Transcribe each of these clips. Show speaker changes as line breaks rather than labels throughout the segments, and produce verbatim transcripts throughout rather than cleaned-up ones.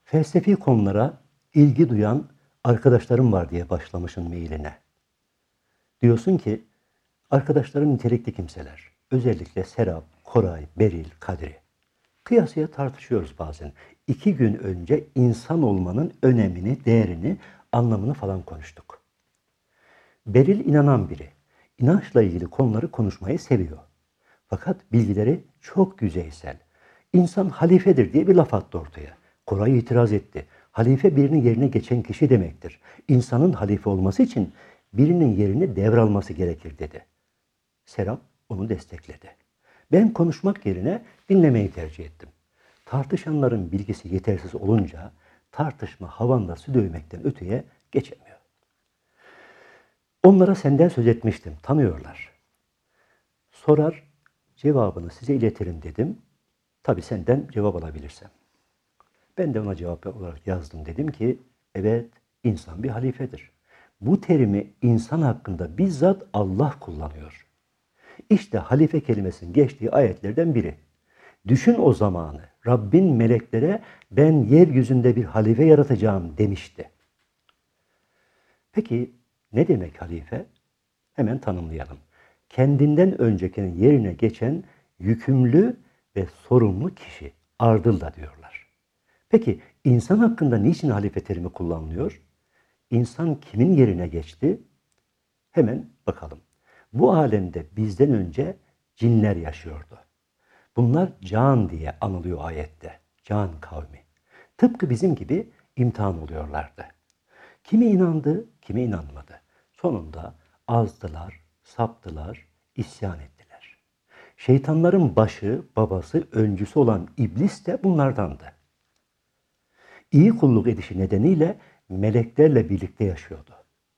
Felsefi konulara ilgi duyan arkadaşlarım var diye başlamışsın mailine. Diyorsun ki arkadaşlarım nitelikli kimseler. Özellikle Serap, Koray, Beril, Kadri. Kıyasıya tartışıyoruz bazen. İki gün önce insan olmanın önemini, değerini, anlamını falan konuştuk. Beril inanan biri. İnançla ilgili konuları konuşmayı seviyor. Fakat bilgileri çok yüzeysel. İnsan halifedir diye bir laf attı ortaya. Koray itiraz etti. Halife birinin yerine geçen kişi demektir. İnsanın halife olması için birinin yerini devralması gerekir dedi. Serap onu destekledi. Ben konuşmak yerine dinlemeyi tercih ettim. Tartışanların bilgisi yetersiz olunca tartışma havanda su dövmekten öteye geçemiyor. Onlara senden söz etmiştim, tanıyorlar. Sorar, cevabını size iletirim dedim. Tabii senden cevap alabilirsem. Ben de ona cevap olarak yazdım. Dedim ki, evet insan bir halifedir. Bu terimi insan hakkında bizzat Allah kullanıyor. İşte halife kelimesinin geçtiği ayetlerden biri. Düşün o zamanı. Rabbin meleklere ben yeryüzünde bir halife yaratacağım demişti. Peki ne demek halife? Hemen tanımlayalım. Kendinden öncekinin yerine geçen yükümlü ve sorumlu kişi. Ardıl da diyorlar. Peki insan hakkında niçin halife terimi kullanılıyor? İnsan kimin yerine geçti? Hemen bakalım. Bu alemde bizden önce cinler yaşıyordu. Bunlar can diye anılıyor ayette. Can kavmi. Tıpkı bizim gibi imtihan oluyorlardı. Kimi inandı, kimi inanmadı. Sonunda azdılar, saptılar, isyan ettiler. Şeytanların başı, babası, öncüsü olan iblis de bunlardandı. İyi kulluk edişi nedeniyle meleklerle birlikte yaşıyordu.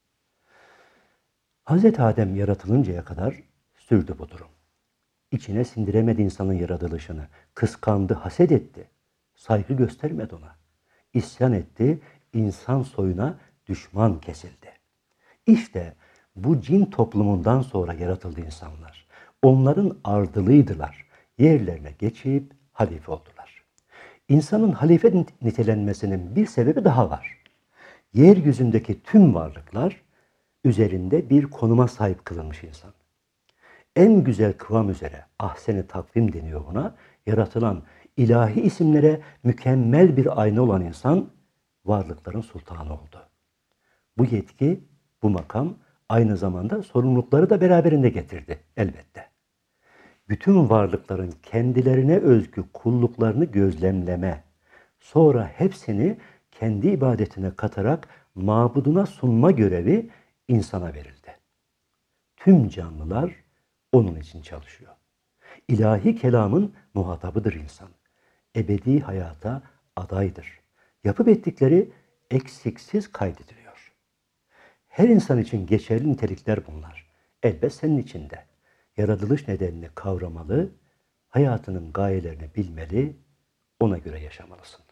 Hazreti Adem yaratılıncaya kadar sürdü bu durum. İçine sindiremedi insanın yaratılışını. Kıskandı, haset etti. Saygı göstermedi ona. İsyan etti, insan soyuna düşman kesildi. İşte bu cin toplumundan sonra yaratıldı insanlar. Onların ardılıydılar. Yerlerine geçip halife oldular. İnsanın halife nitelenmesinin bir sebebi daha var. Yeryüzündeki tüm varlıklar üzerinde bir konuma sahip kılınmış insan. En güzel kıvam üzere, ahsen-i takvim deniyor buna, yaratılan ilahi isimlere mükemmel bir ayna olan insan varlıkların sultanı oldu. Bu yetki, bu makam aynı zamanda sorumlulukları da beraberinde getirdi elbette. Bütün varlıkların kendilerine özgü kulluklarını gözlemleme, sonra hepsini kendi ibadetine katarak mabuduna sunma görevi insana verildi. Tüm canlılar onun için çalışıyor. İlahi kelamın muhatabıdır insan. Ebedi hayata adaydır. Yapıp ettikleri eksiksiz kaydediliyor. Her insan için geçerli nitelikler bunlar. Elbet senin için de. Yaratılış nedenini kavramalı, hayatının gayelerini bilmeli, ona göre yaşamalısın.